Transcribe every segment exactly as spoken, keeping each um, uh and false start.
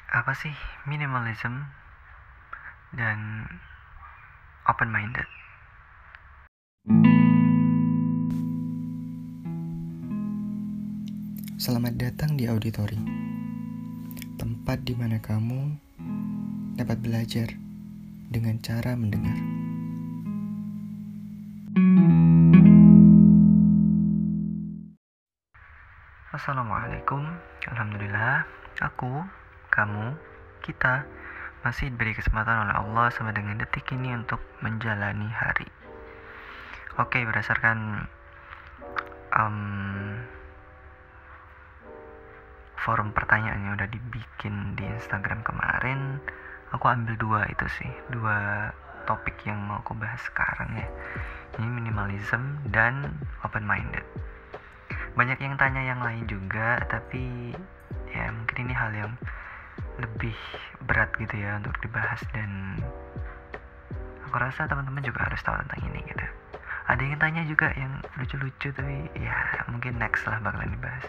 Apa sih minimalism dan open minded? Selamat datang di auditori, tempat di mana kamu dapat belajar dengan cara mendengar. Assalamualaikum. Alhamdulillah, aku, kamu, kita masih diberi kesempatan oleh Allah sampai dengan detik ini untuk menjalani hari. Oke, berdasarkan um, forum pertanyaan yang udah dibikin di Instagram kemarin, aku ambil dua itu sih, dua topik yang mau aku bahas sekarang ya. Ini minimalism dan open minded. Banyak yang tanya yang lain juga, tapi ya mungkin ini hal yang lebih berat gitu ya untuk dibahas, dan aku rasa teman-teman juga harus tahu tentang ini gitu. Ada yang tanya juga yang lucu-lucu, tapi ya mungkin next lah bakalan dibahas.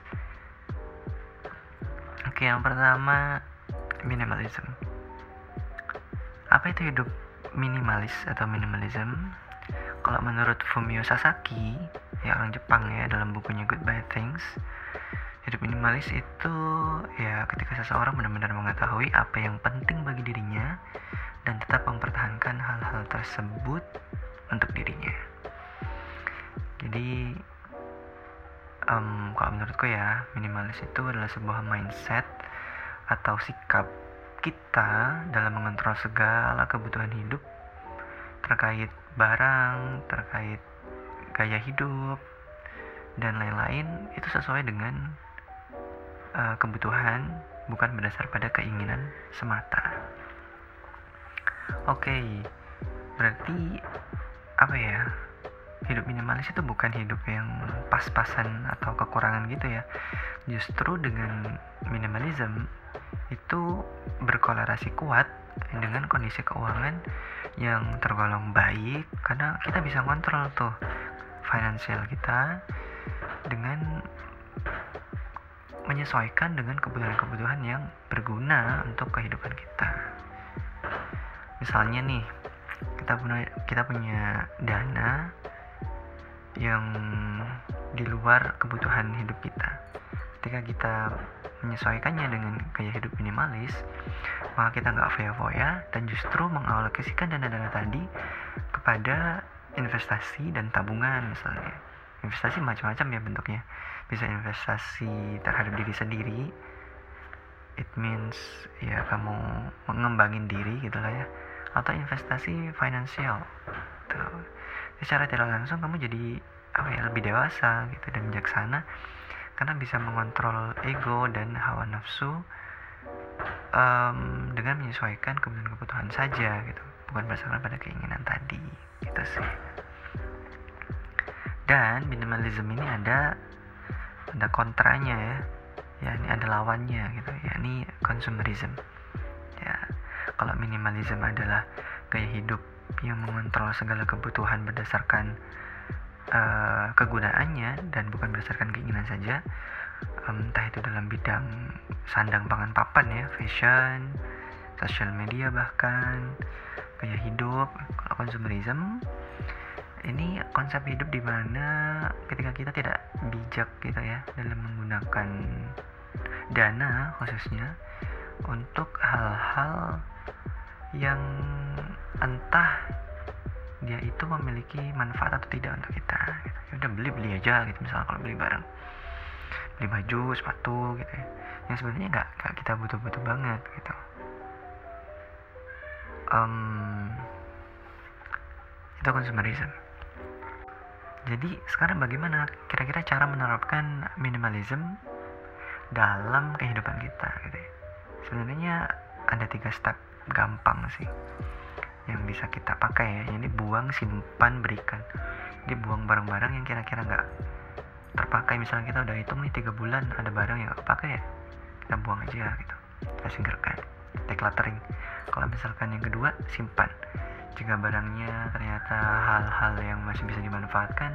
Oke, yang pertama, minimalism. Apa itu hidup minimalis atau minimalism? Kalau menurut Fumio Sasaki, ya orang Jepang ya, dalam bukunya Goodbye Things, hidup minimalis itu ya ketika seseorang benar-benar mengetahui apa yang penting bagi dirinya dan tetap mempertahankan hal-hal tersebut untuk dirinya. Jadi um, kalau menurutku ya, minimalis itu adalah sebuah mindset atau sikap kita dalam mengontrol segala kebutuhan hidup terkait barang, terkait gaya hidup, dan lain-lain, itu sesuai dengan uh, kebutuhan, bukan berdasar pada keinginan semata. Oke, okay, berarti apa ya? Hidup minimalis itu bukan hidup yang pas-pasan atau kekurangan gitu ya. Justru dengan minimalism itu berkolerasi kuat dengan kondisi keuangan yang tergolong baik, karena kita bisa kontrol tuh finansial kita dengan menyesuaikan dengan kebutuhan-kebutuhan yang berguna untuk kehidupan kita. Misalnya nih, kita punya kita punya dana yang di luar kebutuhan hidup kita. Ketika kita menyesuaikannya dengan gaya hidup minimalis, maka kita nggak foya-foya dan justru mengalokasikan dana-dana tadi kepada investasi dan tabungan. Misalnya investasi macam-macam ya bentuknya, bisa investasi terhadap diri sendiri, it means ya kamu mengembangin diri gitulah ya, atau investasi finansial tuh. Secara tidak langsung kamu jadi apa ya, lebih dewasa gitu dan bijaksana, karena bisa mengontrol ego dan hawa nafsu um, dengan menyesuaikan kebutuhan-kebutuhan saja gitu, bukan berdasarkan pada keinginan tadi gitu sih. Dan minimalism ini ada ada kontranya ya, ya ini ada lawannya gitu, ya ini consumerism. Ya, kalau minimalism adalah gaya hidup yang mengontrol segala kebutuhan berdasarkan uh, kegunaannya dan bukan berdasarkan keinginan saja, um, entah itu dalam bidang sandang pangan papan ya, fashion, sosial media, bahkan gaya hidup. Kalau consumerism ini konsep hidup di mana ketika kita tidak bijak gitu ya dalam menggunakan dana khususnya untuk hal-hal yang entah dia itu memiliki manfaat atau tidak untuk kita gitu. Ya udah beli beli aja gitu, misalnya kalau beli barang, beli baju, sepatu gitu ya, yang sebenarnya nggak nggak kita butuh-butuh banget gitu. Um, itu consumerism. Jadi sekarang bagaimana kira-kira cara menerapkan minimalism dalam kehidupan kita gitu ya? Sebenarnya ada tiga step gampang sih yang bisa kita pakai ya. Jadi buang, simpan, berikan. Jadi buang barang-barang yang kira-kira nggak terpakai. Misalnya kita udah hitung nih tiga bulan ada barang yang nggak kepakai ya, kita buang aja gitu, kita singkirkan, decluttering. Kalau misalkan yang kedua, simpan. Jika barangnya ternyata hal-hal yang masih bisa dimanfaatkan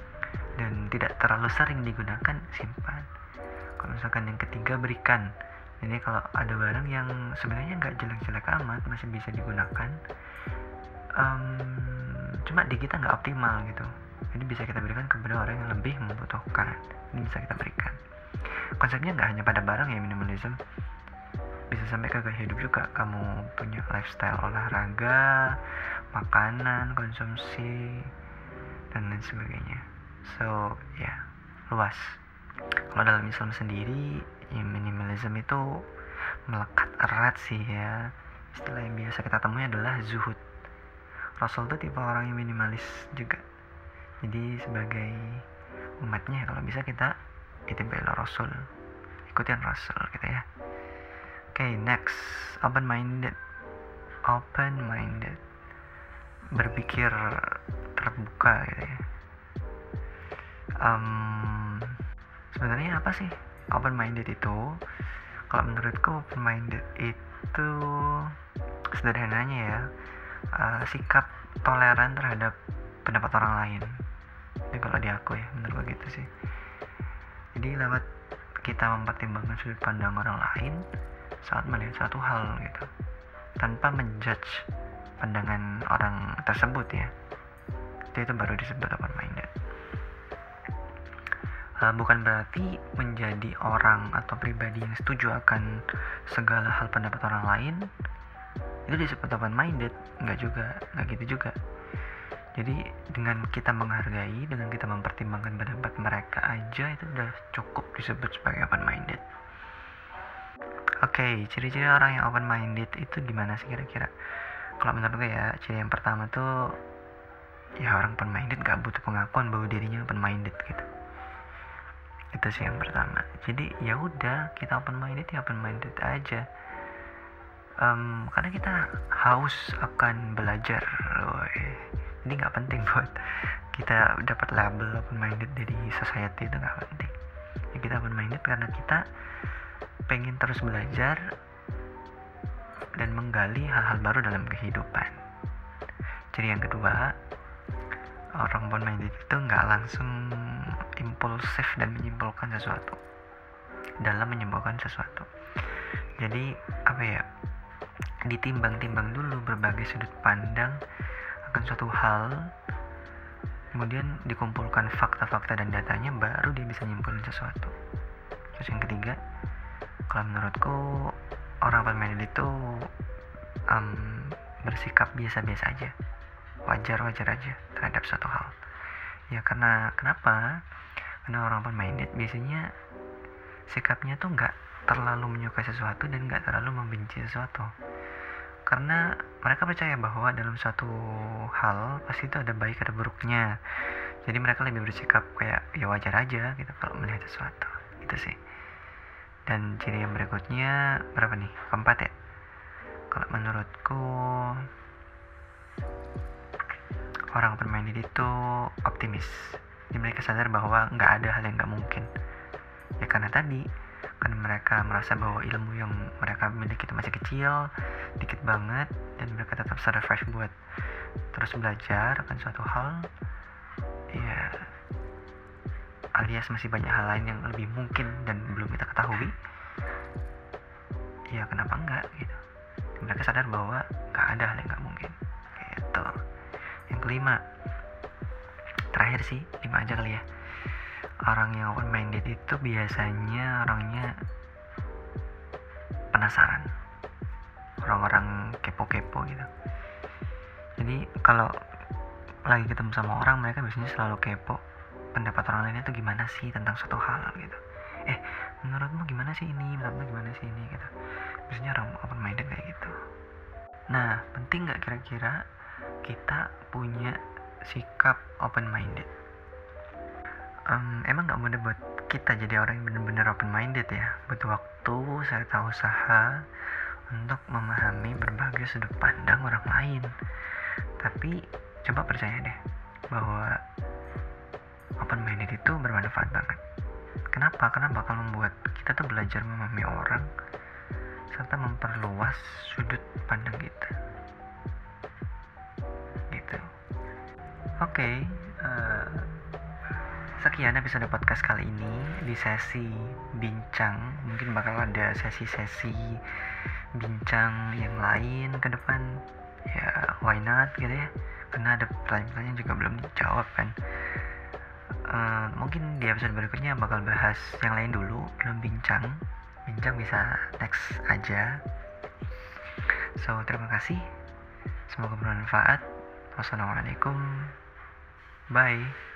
dan tidak terlalu sering digunakan, simpan. Kalau misalkan yang ketiga, berikan. Jadi kalau ada barang yang sebenarnya nggak jelek-jelek amat, masih bisa digunakan, um, cuma di kita nggak optimal gitu, jadi bisa kita berikan kepada orang yang lebih membutuhkan. Ini bisa kita berikan. Konsepnya nggak hanya pada barang ya, minimalism bisa sampai ke gaya hidup juga. Kamu punya lifestyle olahraga, makanan, konsumsi, dan lain sebagainya. So ya yeah, luas. Kalau dalam Islam sendiri, ya, minimalism itu melekat erat sih ya. Istilah yang biasa kita temui adalah zuhud. Rasul itu tipe orang yang minimalis juga. Jadi sebagai umatnya, kalau bisa kita itibai Rasul, ikutin Rasul gitu ya. Oke, okay, next, open minded. Open minded, berpikir terbuka gitu ya. Um, sebenarnya apa sih open minded itu? Kalau menurutku open minded itu sederhananya ya, uh, sikap toleran terhadap pendapat orang lain. Jadi kalau di aku ya, menurut gue gitu sih. Jadi lewat kita mempertimbangkan sudut pandang orang lain saat melihat suatu hal gitu, tanpa menjudge pandangan orang tersebut ya, itu, itu baru disebut open minded. Uh, bukan berarti menjadi orang atau pribadi yang setuju akan segala hal pendapat orang lain itu disebut open minded. Enggak juga, enggak gitu juga. Jadi dengan kita menghargai, dengan kita mempertimbangkan pendapat mereka aja, itu udah cukup disebut sebagai open minded. Oke, okay, ciri-ciri orang yang open minded itu gimana sih kira-kira? Kalau menurut gue ya, ciri yang pertama tuh ya orang open minded gak butuh pengakuan bahwa dirinya open minded gitu. Itu sih yang pertama. Jadi ya udah, kita open minded ya open minded aja. Um, karena kita haus akan belajar. Woy. Jadi nggak penting buat kita dapat label open minded dari society, itu nggak penting. Ya kita open minded karena kita pengen terus belajar dan menggali hal-hal baru dalam kehidupan. Jadi yang kedua, orang open minded itu nggak langsung impulsif dan menyimpulkan sesuatu dalam menyimpulkan sesuatu. Jadi apa ya, ditimbang-timbang dulu berbagai sudut pandang akan suatu hal, kemudian dikumpulkan fakta-fakta dan datanya, baru dia bisa nyimpulin sesuatu. Terus yang ketiga, kalau menurutku orang open minded itu um, bersikap biasa-biasa aja, wajar-wajar aja terhadap suatu hal. Ya karena kenapa? Karena orang open minded biasanya sikapnya tuh nggak terlalu menyukai sesuatu dan nggak terlalu membenci sesuatu. Karena mereka percaya bahwa dalam suatu hal pasti itu ada baik ada buruknya. Jadi mereka lebih bersikap kayak ya wajar aja gitu kalau melihat sesuatu. Gitu sih. Dan ciri yang berikutnya berapa nih? Keempat ya. Kalau menurutku orang open minded itu optimis. Jadi mereka sadar bahwa nggak ada hal yang nggak mungkin. Ya karena tadi, karena mereka merasa bahwa ilmu yang mereka miliki itu masih kecil, dikit banget, dan mereka tetap sadar fresh buat terus belajar akan suatu hal. Ya, alias masih banyak hal lain yang lebih mungkin dan belum kita ketahui. Ya kenapa enggak gitu. Dan mereka sadar bahwa nggak ada hal yang nggak mungkin. Gitu. Yang kelima, terakhir sih, lima aja kali ya. Orang yang open minded itu biasanya orangnya penasaran, orang-orang kepo-kepo gitu. Jadi kalau lagi ketemu sama orang, mereka biasanya selalu kepo pendapat orang lain itu gimana sih tentang suatu hal gitu. Eh, menurutmu gimana sih ini, menurutmu gimana sih ini gitu. Biasanya orang open minded kayak gitu. Nah, penting nggak kira-kira kita punya sikap open minded? Um, emang gak mudah buat kita jadi orang yang benar-benar open minded ya. Butuh waktu serta usaha untuk memahami berbagai sudut pandang orang lain. Tapi coba percaya deh bahwa open minded itu bermanfaat banget. Kenapa? Karena bakal membuat kita tuh belajar memahami orang serta memperluas sudut pandang kita. Gitu. Oke, okay, uh, sekian episode podcast kali ini. Di sesi bincang mungkin bakal ada sesi-sesi bincang yang lain ke depan. Ya why not gitu ya, karena ada pertanyaan-pertanyaan juga belum dijawab kan. uh, Mungkin di episode berikutnya bakal bahas yang lain dulu, belum bincang. Bincang bisa next aja. So terima kasih, semoga bermanfaat. Wassalamualaikum, bye.